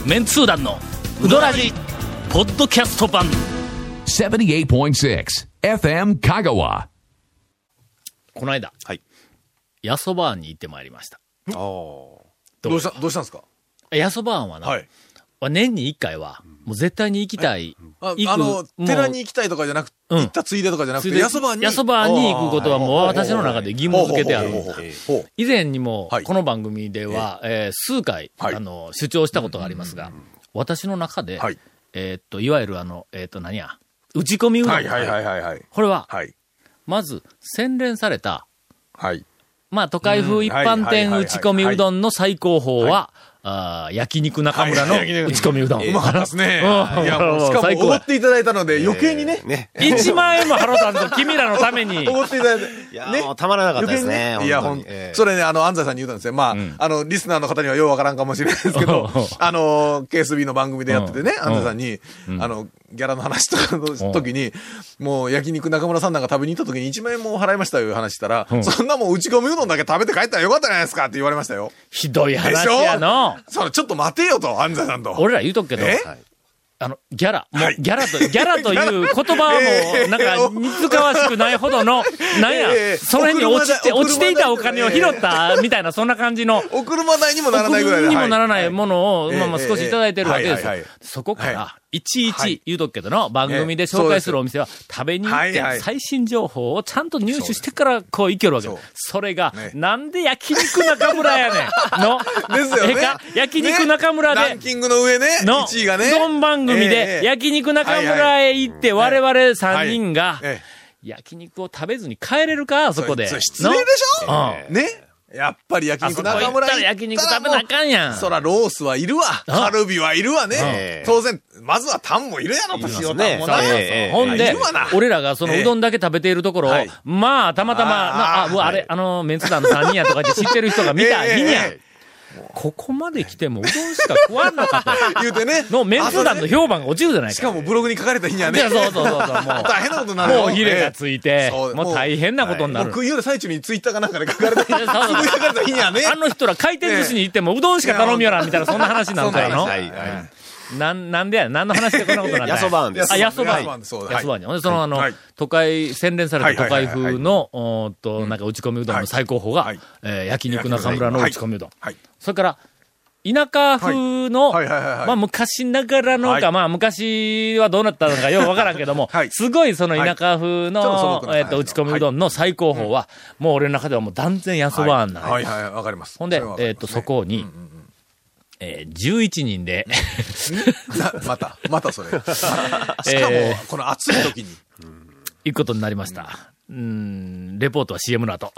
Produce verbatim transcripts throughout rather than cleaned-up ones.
メンツー団のウドラジポッドキャスト版ななじゅうはちてんろく エフエム 香川。 この間、 はい。 ヤソバーンに行ってまいりました。 ああ。 どうした、どうしたんですか？ ヤソバーンはな、 はい。 年に一回は、もう絶対に行きたい。 あ、 行くあの、 もう寺に行きたいとかじゃなくて、 うん行ったついでとかじゃなくて、 ついでヤソバーに。 ヤソバーンに行くことはもう私の中で義務付けてある。 ほうほうほうほうほう以前にもはい、 この番組では、えー数回、 はいあの、主張したことがありますが、私の中で、 はいえーっと、いわゆるあの、えーっと、何や、打ち込みうどん。 はいはいはいはいはい。 これは、 はい。 まず、洗練された、 はい。 まあ、都会風一般店打ち込みうどんの最高峰は、あー焼肉中村の打ち込みうどん。 うまかったですね。 うんいや、もう、しかも、 最高やおごっていただいたので、余計にね。 ね。 一万円も払ったんですよ、君らのために。 おごっていただいて。 いやーもうたまらなかったですね。 余計にいや、ほん本当にええそれね、あの、安西さんに言うたんですよ。まあ、あの、リスナーの方にはようわからんかもしれないですけど、あの、ケーエスビー の番組でやっててね、安西さんに、あの、ギャラの話とかの時に、もう焼肉中村さんなんか食べに行った時にいちまん円も払いましたよ、いう話したら、そんなもん打ち込みうどんだけ食べて帰ったらよかったじゃないですかって言われましたよ。 ひどいで話しょやの。 それちょっと待てよと、安西さんと。 俺ら言うとくけど、 えあの、ギャラ、もうはいギャラと、ギャラという言葉はもう、なんか、似つかわしくないほどの、なんやええ、 その辺に落ちて、 お車代落ちていたお金を拾った、みたいな、そんな感じの、 お車代にもならないぐらいで。 にもならないはものを、 はいまあまあ少しいただいてるわけですよはいはいはい。 そこかはら、いちいはいち言うとくけどの、番組で紹介するお店は、食べに行ってはいはい、 最新情報をちゃんと入手してから、こう、いけるわけそう。 それがね、 なんで焼肉中村やねんの。 ですよね。 ええか焼肉中村でねラン、キングの上ね、 の、 いちいがね。 うどん番組で、 ええ焼肉中村へ行って、我々さんにんが、 ええ焼肉を食べずに帰れるか、あそこで。 それ失礼でしょのうん。 ね。やっぱり焼あそこ肉中村行ったら焼肉食べなあかんやん。 そらロースはいるわ。カルビはいるわねええ。 当然、まずはタンもいるやろと、塩タンもな。 そうええほんでいるわな、 俺らがそのうどんだけ食べているところをはい、 まあ、たまたま、なあ、 あーうわあれ、あの、メンツ団のさんにんやとかって知ってる人が見た日にゃえええ、 ここまで来てもうどんしか食わんのかと。 言うてね。 の、メンツ団の評判が落ちるじゃないか。 しかもブログに書かれた日にはいね。 や、そうそうそうそう、もう。 大変なことになるよもうヒレがついて、 そうもう大変なことになる。 もう食い寄る最中にツイッターかなんかで書かれた日、つぶそうそうやかれた日にはね。 あの人ら回転寿司に行ってもうどんしか頼みよらんみたいなそんな話になるからの。 はいはい。 なん、なんでや、何の話でこんなことになったんやヤソバーンですあ、ヤソバーン。 ヤソバーンそうはいヤソバーンに。ほんで、そのあのはい、 都会、洗練された都会風の、おーっと、 うんなんか打ち込みうどんの最高峰がはい、 えー焼肉中村の打ち込みうどん。 はい。 それから、田舎風の、 はいはいはいはいまあ昔ながらのか、 はいまあ昔はどうなったのかよくわからんけども、 はいすごいその田舎風ちょっと素の、 朴なえっと、打ち込みうどんの最高峰は、もう俺の中ではもう断然ヤソバーンなんよはいはい、わかります。 ほんでそれはわ、かりえっと、 ますねそこに、えー、じゅういちにんで、 なまた、またそれ。しかえも、この暑い時に。 行くことになりました。うーん、レポートは シーエム の後。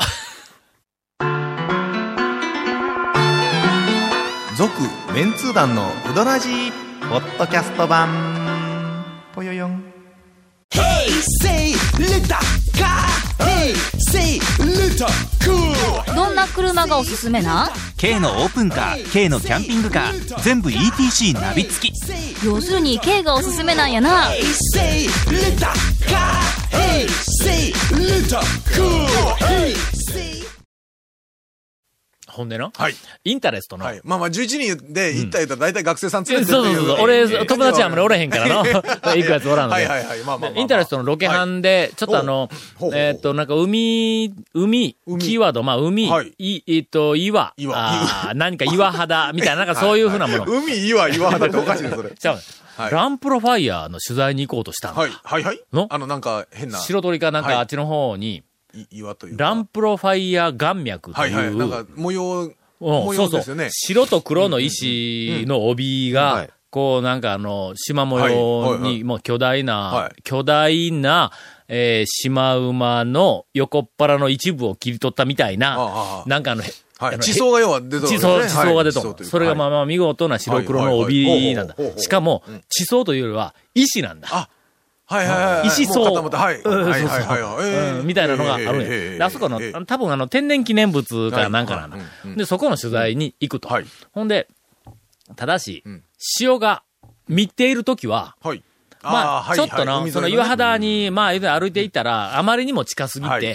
続メンツー団のウドラジーポッドキャスト版ぽよよん。 どんな車がおすすめな？ K のオープンカー、K のキャンピングカー、全部 イーティーシー ナビ付き。 要するに K がおすすめなんやな。 ほんでの、 はい。 インタレストの、 はい。まあまあ、じゅういちにんで行った言ったら大体学生さんそう連れてるそうそうそう。俺、友達はあんまりおれへんからの。行くやつおらんので。 はいはいはい。まあまあまあまあ。 インタレストのロケハンで、ちょっとあのほうほう、ほうえーっと、なんか海、海、 海キーワード、まあ海、 はいい、えーっと、岩、 岩あー何か岩肌みたいな、なんかそういうふうなもの。 海、岩、岩肌っておかしいね、それ。 ちゃうはいランプロファイヤーの取材に行こうとしたんだ。 はい、はいはい。 のあの、なんか変な。 白鳥かなんはいかあっちの方に、 い岩というか。 ランプロファイヤー岩脈とはいはい。なんいう、 か模様、 うん模そうそう様ですよね。 白と黒の石の帯がはい、 こうなんかあの、縞模様はいはいはいに、もう巨大な、 はい巨大な、えー、シマウマの横っ腹の一部を切り取ったみたいな、 あああなんかあの、 はい。 あの地層が要は出て地層、地層が出とる。それがまああ。 まあ見事な白黒の帯なんだはいはいはいほうほうほうほ。うしかも、地層というよりは石なんだ。 あ、はいはいはいはい。 石層もう固まったはい。 うんはいそうそうはいはいはい。えーうんみたいなのがあるんや。 えーえーであそこのえー、 多分あの、天然記念物かなんかなんだはいうんうん。 で、そこの取材に行くとはい。 ほんで、ただしん、 潮が満っているときは、 はい。 まあ、 ーはいちょっとの、 はいその岩肌に、まあ、歩いていったら、あまりにも近すぎはてい、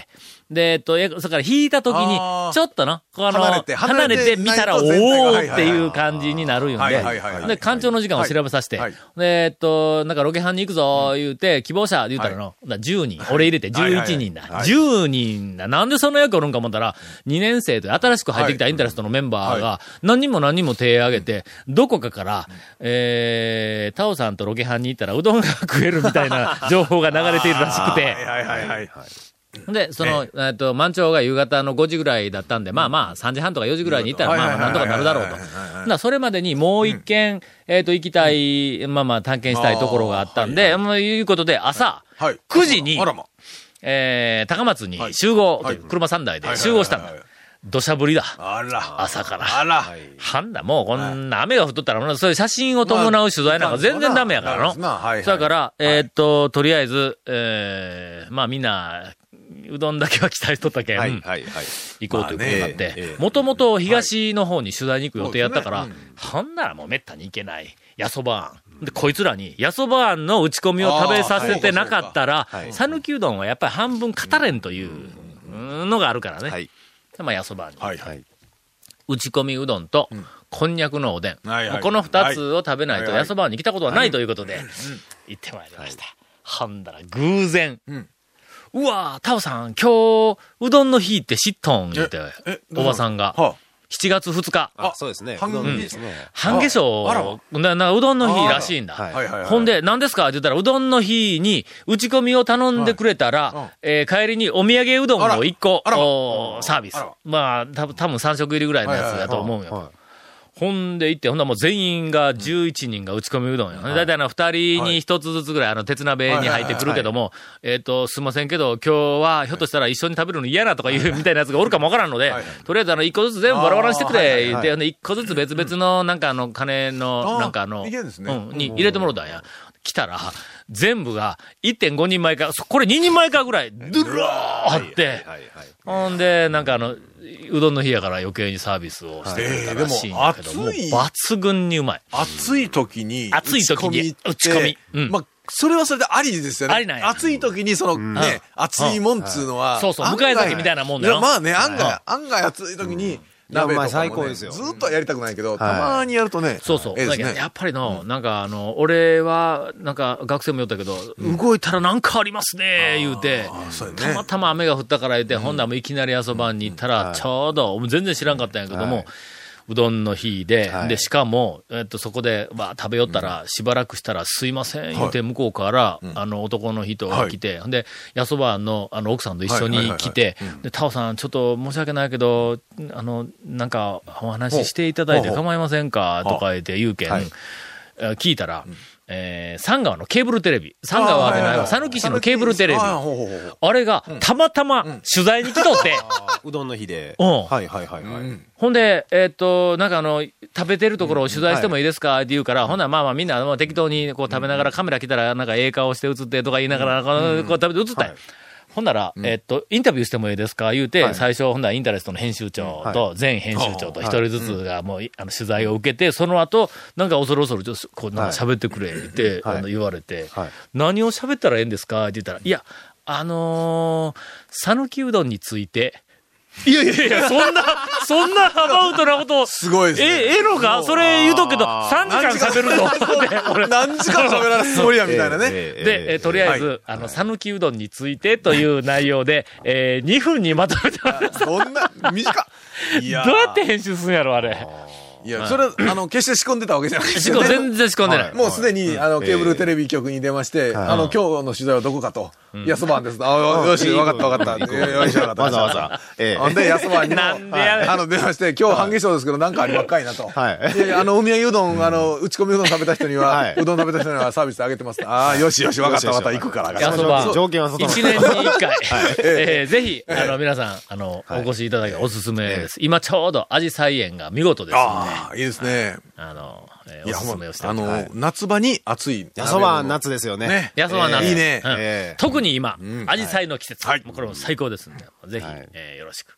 で、えっと、えそれから引いた時にあー、 ちょっとな、こうあの、 離れて離れて見たら、お離れてないと全体がーっていう感じになるんはいではいはいはい、 で、干潮の時間を調べさせてはい、 で、えっと、なんかロケハンに行くぞ、言うて、希望者言うたらの、だからじゅうにん、俺入れてじゅういちにんだ。じゅうにんだ。なんでその役おるんか思ったら、にねん生で新しく入ってきたインタレストのメンバーが、何人も何人も手を挙げて、どこかから、えー、タオさんとロケハンに行ったらうどんが食えるみたいな情報が流れているらしくて、 はいはいはいはい。 で、その、えっと、満潮が夕方のごじぐらいだったんで、まあまあ、さんじはんとかよじぐらいに行ったら、まあまあ、なんとかなるだろうと。だからそれまでにもう一軒、えっと、行きたい、まあまあ、探検したいところがあったんで、まあ、いうことで、朝、 はいくじにあらま。 えー、高松に集合、 はい車さんだいで集合したんだはいはいはい。 土砂降りだ。 あら。 朝から。 あら。 はんだ、もうこんな雨が降っとったら、そういう写真を伴う取材なんか全然ダメやからの。 まあはいはいそれから、えーっと、とりあえず、えー、まあみんな、うどんだけは期待しとったけん、 はいはいはい。 行こうということになっまあねえてえ、 もともと東の方に取材に行く予定やったからそうですね、 ほんならもうめったに行けない。やそばあん。で、こいつらに、やそばあんの打ち込みを食べさせてなかったらあーはい、 讃岐うどんはやっぱり半分語れんというのがあるからね。 はい。 まあ、やそばあんに。 はいはい。 打ち込みうどんと、こんにゃくのおでん。 はいはいもうこの二つを食べないと、 はいはいやそばあんに来たことはないということで、行ってまいりました。ほんだら、偶然。うわぁ、タオさん、今日、うどんの日って知っとん言うてえ、 おばさんが、 はしちがつふつか、 あ、そうですね。 半分うどんいいですね。 半夏あら章、な、な、うどんの日らしいんだ。 はいはいはいはい。 ほんで、何ですかって言ったら、うどんの日に、打ち込みを頼んでくれたら、 はいえー帰りにお土産うどんをいっこ、 あらあらおサービスあら。 まあ、たぶん、多分さん食入りぐらいのやつだと思うんよ。 はほんで行って、ほんならもう全員がじゅういちにんが打ち込みうどんよ。だいたいあの、二人に一つずつぐらいあの、鉄鍋に入ってくるけども、えっと、すいませんけど、今日はひょっとしたら一緒に食べるの嫌なとかいうみたいなやつがおるかもわからんので、とりあえずあの、一個ずつ全部バラバラにしてくれ、言って、ほんで一個ずつ別々のなんかあの、金の、 あーなんかあの、 いけんですねうん、に入れてもらったんや。来たら、全部がいってんごにん前か、そこれににん前かぐらい、ドゥルーあって、 はいはい。 ほんで、なんかあの、うどんの日やから余計にサービスをしてくれたらしいんだけど、 えーでももう暑い抜群にうまい。 暑い時に、 暑い時に打打ち込みうんまあ、それはそれでありですよね。 ありなんや暑い時に、そのね、暑いもんっつうのは。 そうそう案外迎え酒みたいなもんだよいやまあね、案うん外、案外暑い時に、 いやまあ鍋とかもね最高ですよずーっとはやりたくないけど、たまにやるとね。 そうそう。 ええですねだけどやっぱりの、なんかあの、俺は、なんか学生も言ったけど、動いたらなんかありますね、言うて、 そうやねたまたま雨が降ったから言って、ほんならもういきなり遊ばんに行ったら、ちょうど、もう全然知らんかったんやけども、うどんの日で、 はいで、しかも、えっと、そこで、わ食べよったら、しばらくしたら、すいません、言って、向こうから、あの、男の人が来て、で、やそばの、あの、奥さんと一緒に来て、で、タオさん、ちょっと申し訳ないけど、あの、なんか、お話ししていただいて構いませんかとか言って言うけん、えー聞いたら、えー、三川のケーブルテレビ。三川でないわ、讃岐市のケーブルテレビ。 あほうほうほうあれが、たまたま、取材に来とって、 うどんの日で。 うんはいはいはいはい。 ほんで、えーっと、なんかあの、食べてるところを取材してもいいですかって言うから、ほんならまあまあみんなまあ適当にこう食べながらカメラ来たらなんかええ顔して映ってとか言いながら、こうこう食べて映ったよ。ほんなら、えーっと、インタビューしてもいいですか言うて、最初、ほんならインタレストの編集長と前編集長と一人ずつがもう、あの、取材を受けて、その後、なんか恐る恐る、ちょっとこう、なんか喋ってくれ、って、あの、言われて、 はい何を喋ったらええんですかって言ったら、いや、あのー、讃岐うどんについて、いやいやいや、そんな、そんなアバウトなことを、 すごいですねえ、ええのかそれ言うとくけど、さんじかん喋るぞ。で俺何時間喋られるつもりやみたいなね。 で、えーとりあえず、 はあの、讃岐うどんについてという内容で、えー、にふんにまとめてもらいました。どそんな、短っ。いうややって編集するんやろ、あれ。 いや、それ、あの、決して仕込んでたわけじゃないですよね。 仕込ん全然仕込んでない。 もうすでに、あの、ケーブルテレビ局に出まして、あの、今日の取材はどこかと。やそばんです。あ、よし、わかったわかった。よし、わかった。 わざわざ。ええ。 ほんで、やそばんにも、 なんでやねんあの、出まして、今日半夏章ですけど、なんかありばっかりなと。 はいで、あの、お土産うどん、あの、打ち込みうどん食べた人には、 はいうどん食べた人にはサービスあげてます。ああ、よしよし、わかったわかった、行くから。 やそばそう条件は整った一年に一回、えーぜひ、あの、皆さん、あの、お越しいただきおすすめです。今ちょうど、アジサイ園が見事ですので、 ああ、いいですね。 あの、えーいや、 おすほんますめをしてあのおります。、 夏場に暑い。 やそばは夏ですよね。 ね。 やそばなんですいいね。 うんええ特に今ん、 アジサイの季節。 はいもうこれも最高ですんで、ぜひ、 はいえーよろしく。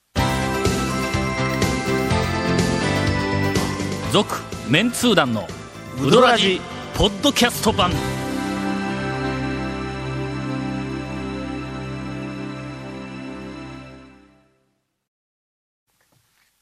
続、メンツー団の、ウドラジ、ポッドキャスト版。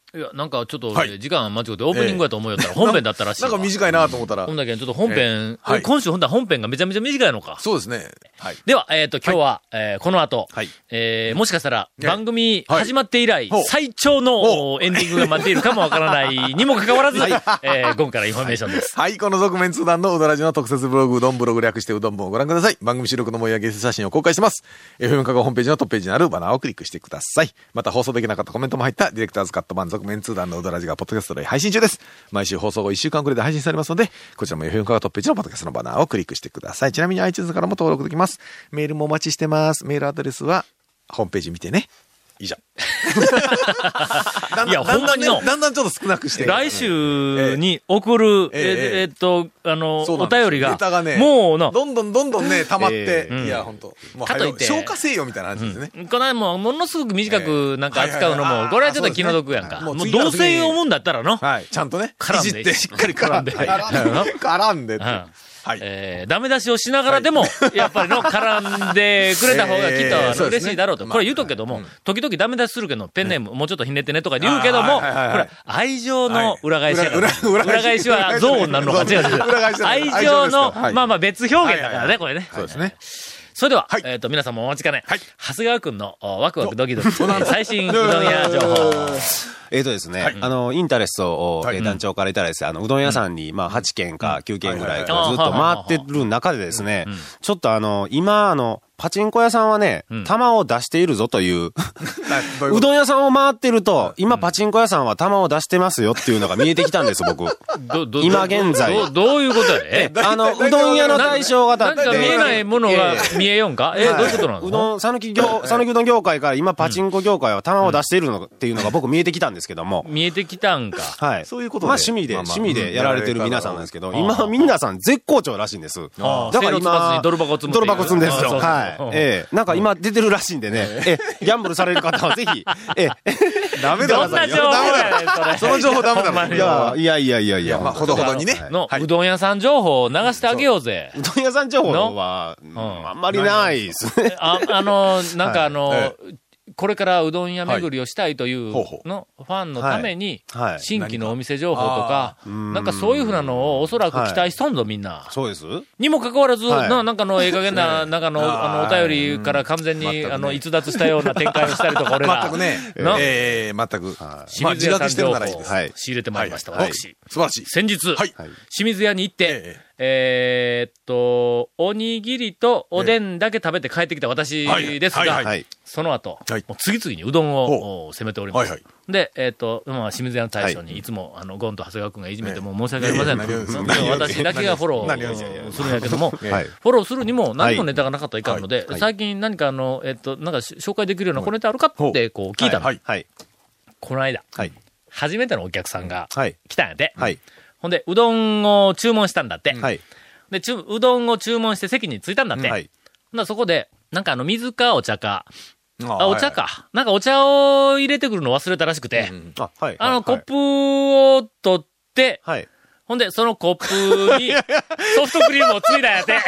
いや、なんかちょっと、 はい時間間違ってオープニングやと思いよったら本編だったらしいわ。 なんか短いなと思ったらほんだけどちょっと本編、 ええはい今週ほんだら本編がめちゃめちゃ短いのか。 そうですね。はい。 では、えっ、と、今日は、えーこの後、 はいえーもしかしたら番組はい始まって以来、 ほう最長のエンディングが待っているかもわからないにもかかわらず、えー、ゴンからインフォメーションです。 はい、この続面通談のうどらじの特設ブログ、うどんブログ略してうどん部をご覧ください。番組収録の模様やゲスト写真を公開してます。エフエム 香川ホームページのトップページにあるバナーをクリックしてください。また放送できなかったコメントも入ったディレクターズカット版続面通談のうどらじがポッドキャストで配信中です。毎週放送後いっしゅうかんくらいで配信されますので、こちらも エフエム 香川トップページのポッドキャストのバナーをクリックしてください。ちなみに iTunes からも登録できます。メールもお待ちしてます。メールアドレスは、ホームページ見てね。以上。だんだんいやほんまにのだんだんねだんだんちょっと少なくして。 来週に送る、 えええええーっと、あの、おそうなんです便りがネタがね、 もうな、 どんどんどんどんね、溜まって、 ええいや、ほんと。もう、 かといって消化せよみたいな話ですね。 この間もうものすごく短くなんか扱うのも、 はいはいはいこれはちょっと気の毒やんか。 そうですねもうどうせ読むんだったらの、 はい。ちゃんとね、 絡んでいじって、 しっかり絡んで絡んで、絡んでって。 うんはい。 えー、ダメ出しをしながらでも、やっぱりの、絡んでくれた方がきっと、あのえーそうですね嬉しいだろうと。 まあこれ言うとくけども、時々ダメ出しするけど、ペンネームもうちょっとひねってねとか言うけども、こあーはいはいはいはいれ、愛情の裏返しやから、 はい裏裏裏返しは憎悪になるのか違う違う。 裏返しじゃない愛情の、 愛情ですからはいまあまあ別表現だからね、 はいはいはいこれね。 そうですね。 それでは、 はいえっと、皆さんもお待ちかね。 はい長谷川くんのおワクワクドキドキ、最新うどん屋情報。 えーとですね、あの、インタレストを、 はいえー団長からいただいて、あの、うどん屋さんに、まあ、はちけんかきゅうけんぐらい、ずっはいはいはいと回ってる中でですね、ちょっとあの、今、あの、パチンコ屋さんはね、玉を出しているぞという、うどん屋さんを回ってると、今パチンコ屋さんは玉を出してますよっていうのが見えてきたんです、僕。 どど今現在どどういうことやねえ、あの、うどん屋の対象がなんか見えないものが見えよんかえ、どういうことなのうどん、さぬき業、さぬきうどん業界から今パチンコ業界は玉を出しているのっていうのが僕見えてきたんですけども。 見えてきたんか。 はい。 そういうことでまあ趣味で、 まあまあ趣味でやられてる皆さんなんですけど、 うん今皆さん絶好調らしいんです。 ああだからせいろつかず今に、ドル箱積むっていうドル箱積んですよ。 ああそうそうはいうん。 ええ。なんか今出てるらしいんでね、ええ、ギャンブルされる方はぜひ、ええ。 ダメだどんな情報やねん、それ。 その情報ダメだろほんまにいや、いやいやいやいや。 まあ、ほどほどにね。 の、 はいうどん屋さん情報を流してあげようぜ。 うどん屋さん情報は、 んあんまりないですね。 あ、あの、なんかあの、 えこれからうどん屋巡りをしたいというほうほうの、ファンのためにはいはい、 新規のお店情報とか、なんかそういうふうなのをおそらく期待しとんぞ、みんな。 そうですにもかかわらず、 はいななんかのええ加減な、なんかの、あの、お便りから完全に、あの、逸脱したような展開をしたりとか、俺ら。 全くね。 なええ、全く。まあ、 清水屋さん自覚してる情報をならいいです。 はい仕入れてまいりました、 はい私。 素晴らしい。 先日、 はい。 清水屋に行って、 ええーっと、おにぎりとおでんだけ食べて帰ってきた私ですが、 はいはいはい。 その後、 はいもう次々にうどんをお攻めております。 はいはいで、えーっと、まあ、清水屋の大将にいつも、あの、ゴンと長谷川くんがいじめても申し訳ありませんと。 何をですうん私だけがフォロ何をーするんやけども、 はい。 フォローするにも何もネタがなかったらいかんので、 はい最近何かあの、えっと、なんかし紹介できるような小ネタあるかってこう聞いたの。 はいはい。 この間、 はい。 初めてのお客さんがはい。 来たんやて。 はい。 ほんで、うどんを注文したんだって。 はい。 で、ちゅうどんを注文して席に着いたんだって。 はい。 ほんならそこで、なんかあの、水かお茶か、 ああ、お茶。か。なんかお茶を入れてくるの忘れたらしくて、 あ、はい。 あの、 はいコップを取って、 はい。 ほんで、そのコップにソフトクリームをついだんやて。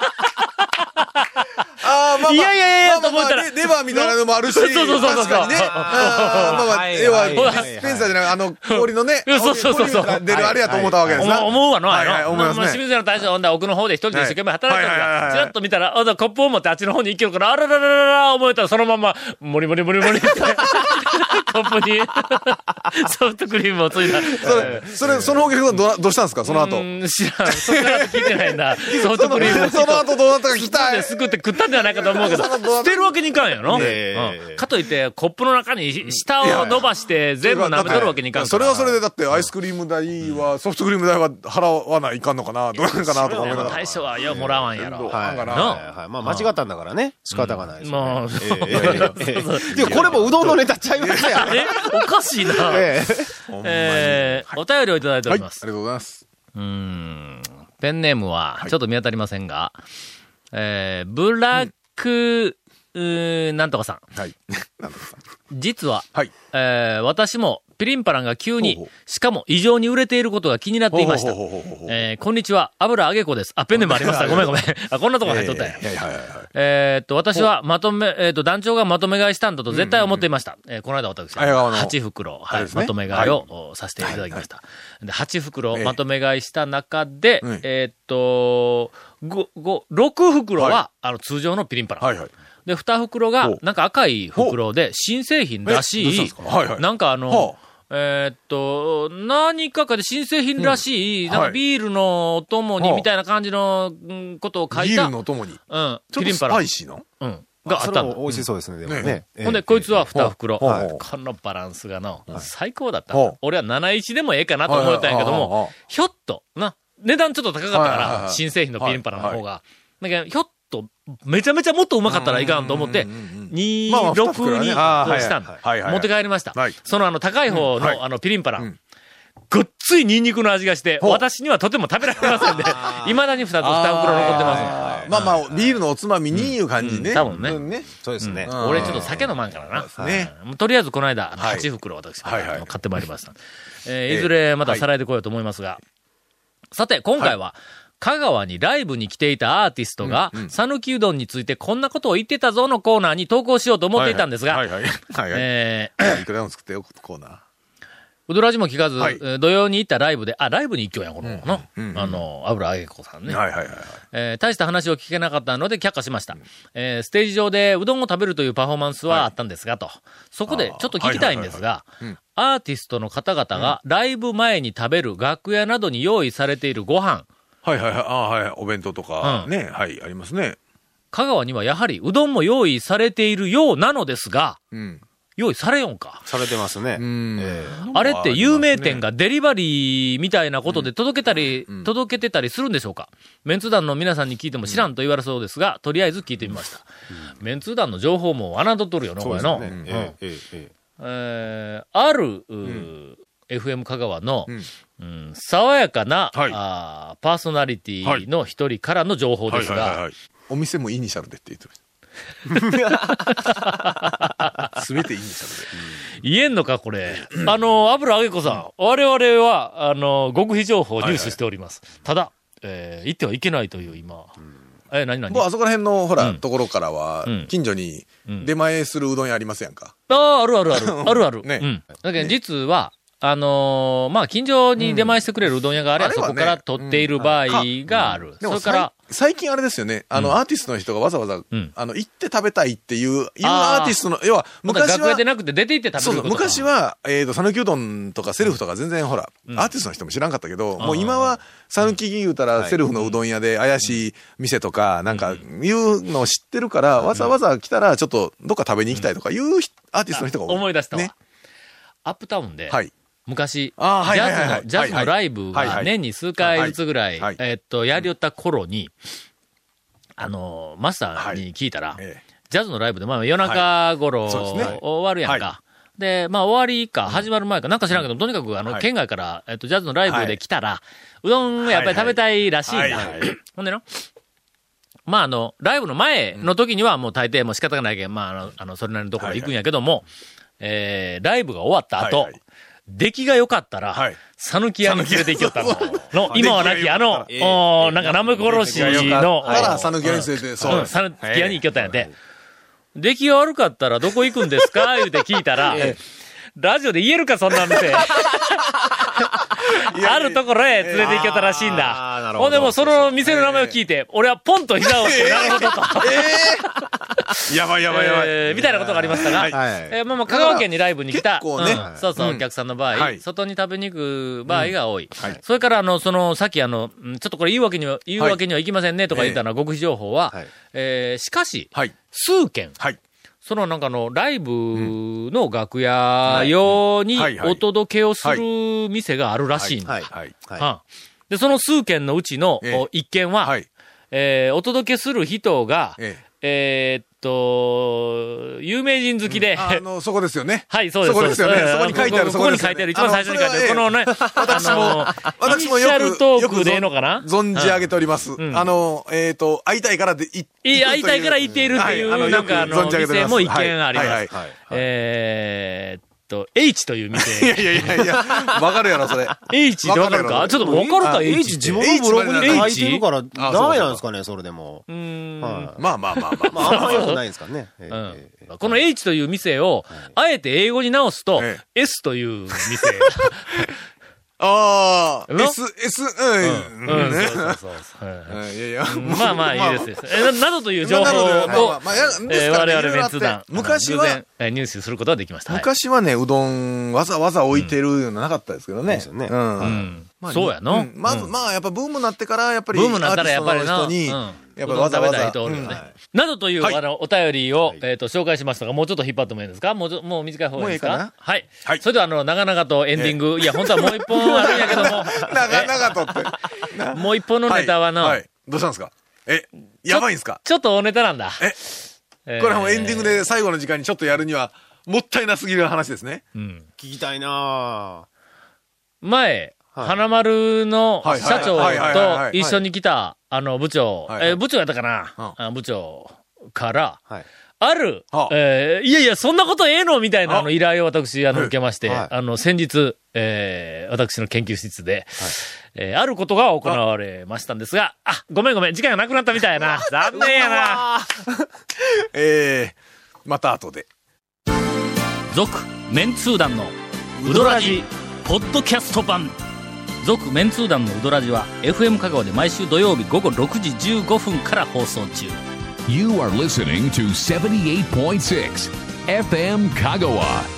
ああ、まあまあ。 いやいやいやまあまあまあと思ったらレレバーみたいなのもあるし。 そうそうそうそう確かにね。あーまあまあ、 はい要は、 はいディスペンサーじゃない、あの、氷のね。 そうそうそうそう氷から出るあれやと思ったわけですな。 思う思うわの、あの、 はいはい思いますねまあ清水屋の大将、ほんで奥の方で一人で一生懸命働いてるから、 はいはいはいはいちらっと見たら、あ、だコップを持ってあっちの方に行けるから、あららららら、思えたらそのまま、もりもりもりもりって、コップにソフトクリームをついた。 それ、それ、そのお客さんどうどうしたんですか、その後う。ーん知らん。そこから聞いてないんだ。ソフトクリームをその後どうなったか聞きたい。 ですくって食ったんではないかと思うけど、捨てるわけにいかんやろ、 ええうんかといって、コップの中に舌を伸ばして全部舐めとるわけにいかんから。 それはそれで、だってアイスクリーム代は、ソフトクリーム代は払わないかんのかな、どうなんかなとか思いながら。 大将はよ、もらわんやろ。 はい。 だからはいはい。まあ、間違ったんだからね。仕方がないですよね。 もう、 ええええええいや、これもうどんのネタちゃいますやん。 えおかしいな。 ええー、お便りをいただいておはい、ありります。 がとうございます。 うーん。ペンネームは、ちょっと見当たりませんが、えー、ブラック、うーなんとかさん。 はい。なんとかさん。 実は、 はい。 えー私もピリンパランが急にほうほ、 しかも異常に売れていることが気になっていました。 ほうほうほうほうほうえーこんにちは、油揚げ子です。あ、ペンネもありました。ごめんごめん。あ、こんなとこ入っとったんや。 いやいやはいはいはい。 えーっと、私はまとめ、えーっと、団長がまとめ買いしたんだと絶対思っていました。えーこの間私、 綾川のはち袋、はい、 あれですねまとめ買いを、おさせていただきました。で、はち袋まとめ買いした中で、 ええーっと、ご、ご、ろく袋は、 はあの、通常のピリンパラン。 はいはい。 で、に袋がほう、 なんか赤い袋で、新製品らしいえどうしたんです、かはいはいなんかあの、 はえーっと、何かかで新製品らしい、なんかうんはいビールのお供にはあみたいな感じの、うんことを書いビーた、 ルのお供に。 うん、 ちょっとスピリンパラン。 パイシーな。 うん。があったんだ。 それも美味しそうですね、でもねね。ええほんで、こいつはに袋。 ほうほうこのバランスがの、最高だったほう。 俺はなないちでもええかなと思ったんやけどはいはいはいもはい、 ひょっと、な、値段ちょっと高かったから、 はいはいはい新製品のピリンパラの方が。だけど、ひょっと、めちゃめちゃもっとうまかったらいかんと思って、に、 まあまあろくに二袋ねあーこうしたんだはいはいはいはい持って帰りましたはい。 そのあの高い方うんはいのあのピリンパラうん。 ごっついニンニクの味がして、 ほう私にはとても食べられませんで、未だにふたつに袋残ってまあーまあまあ、ビールのおつまみにいう感じね。 うん多分ねうんね。 そうですね。 す。俺ちょっと酒飲まんからな。 すねうんとりあえずこの間、あのはいはち袋私、 はいはいあの買ってまいりました。えーいずれまた再来で来ようと思いますが、さて、今回は、香川にライブに来ていたアーティストが、讃岐うどんについてこんなことを言ってたぞのコーナーに投稿しようと思っていたんですが、 はいはい。はいはい。 えーいくらでも作ってよ、コーナー。 うどらじも聞かず、 はいえー土曜に行ったライブで、あ、ライブに一挙やん、この、の、 うんうんあの、油揚げ子さんね。 はいはいはい。 えー大した話を聞けなかったので却下しました。えーステージ上でうどんを食べるというパフォーマンスはあったんですが、と。そこでちょっと聞きたいんですがいはいはい、 アーティストの方々がライブ前に食べる楽屋などに用意されているご飯、 はいはいはい。ああ、はい。お弁当とか、 うんね。はい、ありますね。 香川にはやはりうどんも用意されているようなのですが、 うん。 用意されよんか。 されてますね。 うん。 あれって有名店がデリバリーみたいなことで届けたり、 ん届けてたりするんでしょうか。メンツ団の皆さんに聞いても知らんと言われそうですが、とりあえず聞いてみました。メンツ団の情報も侮っとるよな、これの。 ね。 うんええええええーある、うー エフエム 香川の、 んうん爽やかな、 はいあーパーソナリティの一人からの情報はいですが、 はいはいはい。お店もイニシャルでって言ってました。すべてイニシャルで。 言えんのか、これ。あの、油揚げ子さん、我々は、あの、極秘情報を入手しております。ただ、えー言ってはいけないという、今。え、何何もうあそこら辺の、ほら、 うんところからはうん、 近所に出前するうどん屋ありますやんか。 ああ、あるあるある。あるある。 ねうん。だけど、実は、あのーまあ、近所に出前してくれるうどん屋があれば、 あれはねそこから取っている場合がある。 でもそれから、 最近あれですよね。あの、アーティストの人がわざわざ、 んあの、行って食べたいっていう、いうあーアーティストの、要は、昔は昔楽屋で、なくて出て行って食そうそう、 べることか昔は、えっと、讃岐うどんとかセルフとか全然ほら、アーティストの人も知らんかったけど、もう今は、讃岐言うたらセルフのうどん屋で怪しい店とか、なんか、いうのを知ってるから、わざわざ来たら、ちょっと、どっか食べに行きたいとかいうアーティストの人が多い。 思い出したわ。 ね。 アップタウンで、 はい。 昔、ジあーはいはいャズの、 はいはいジャズのライブはいはいが年に数回ずつぐらい、 はいえーっと、やりよった頃に、あのー、マスターに聞いたら、 ええジャズのライブで、まあ夜中頃、 そうですね終わるやんか。 はで、まあ終わりか、始まる前か、なんか知らんけど、とにかく、あの、 はい県外から、えっと、ジャズのライブで来たら、うどんやっぱり食べたいらしいんだ。 はいはいほんでの、まああの、ライブの前の時にはもう大抵もう仕方がないけん、まああの、あの、それなりのところ行くんやけども、えー、ライブが終わった後、 はいはい出来が良かったらはい、 讃岐屋に連れて行きよったの。の、今はなきあの、 出来が良かったらおーなんかナムコロシの、 だから、讃岐屋に連れて、そううん、。讃岐屋に行きよったんやて。出来が悪かったらどこ行くんですか言うて聞いたら、ラジオで言えるか、そんなん店。あるところへ連れて行きよったらしいんあーなだ。 るほどほんでもうその店の名前を聞いて、俺はポンと膝を打って、なるほどと。 やばいやばいやばい。 えーみたいなことがありましたが、 はいはいえーまあまあ香川県にライブに来た、 結構ねうんそうそう、 うんお客さんの場合、 はい外に食べに行く場合が多い。 はいそれから、あの、その、さっきあの、うんちょっとこれ言うわけには、言うわけにはいきませんねとか言ったのは極秘情報は、 はいえーしかし、 はい。 数件、 はい。 そのなんかの、ライブの楽屋用にはいはいお届けをする店があるらしいんだ。 はい。 はい。 はい。 はあで、その数件のうちのええお一件は、 はい。 えーお届けする人が、 ええーっと、有名人好きで。 あの、そこですよね。 はい、そうです。 そこですよね。そこに書いてある、 そこに書いてある、一番最初に書いてある。このね、 私も、私もよく、 イニシャルトークでええのかな存じ上げております。あの、えっと、会いたいからで、い、 い会いたいから言っているっていう、なんかあの、店も一見あります。えー、と、H という店。 いやいやいやいや、わかるやろ、それ。 H ってわかるかちょっとわかるか ?H 自分のブログに書いてるから、ダメなんですかね、それでも。 うん。 まあまあまあまあ。 まあ、あんまり良くないですかね。 この H という店を、あえて英語に直すと、S という店。 ああ、S、S、うん。 うん、そうそうそう。 いやいや、 まあまあいいです。え、などという情報を、我々メンツ団、 昔は、 入手することができました。 昔はね、うどんわざわざ置いてるのなかったですけどね。 うん。 そうやの。 まず、まあやっぱブームになってから、やっぱり、 ブームになったらやっぱり人に、やっぱわざわざ。 などという、あの、お便りを、えっと、紹介しましたが、もうちょっと引っ張ってもいいですかもう、もう短い方がいいですかはい。それでは、あの、長々とエンディング、いや、本当はもう一本あるんやけども。 長々とって。 もう一本のネタはの。はい。 どうしたんですかえ、やばいんですかちょっとおネタなんだ。 え、これはもうエンディングで最後の時間にちょっとやるには、もったいなすぎる話ですね。 うん。 聞きたいな前、花丸の社長と一緒に来た、あの、部長、え、部長やったかな部長から、ある、えいやいや、そんなことええのみたいなあの依頼を私、あの、受けまして、あの、先日、え私の研究室で、えあることが行われましたんですが、あ、ごめんごめん、時間がなくなったみたいやな。残念やな。 えー、また後で。 続、メンツー団の、ウドラジ、ポッドキャスト版。続メンツー団のウドラジは エフエム 香川で毎週土曜日午後ろくじじゅうごふんから放送中。 You are listening to seventy-eight point six エフエム 香川。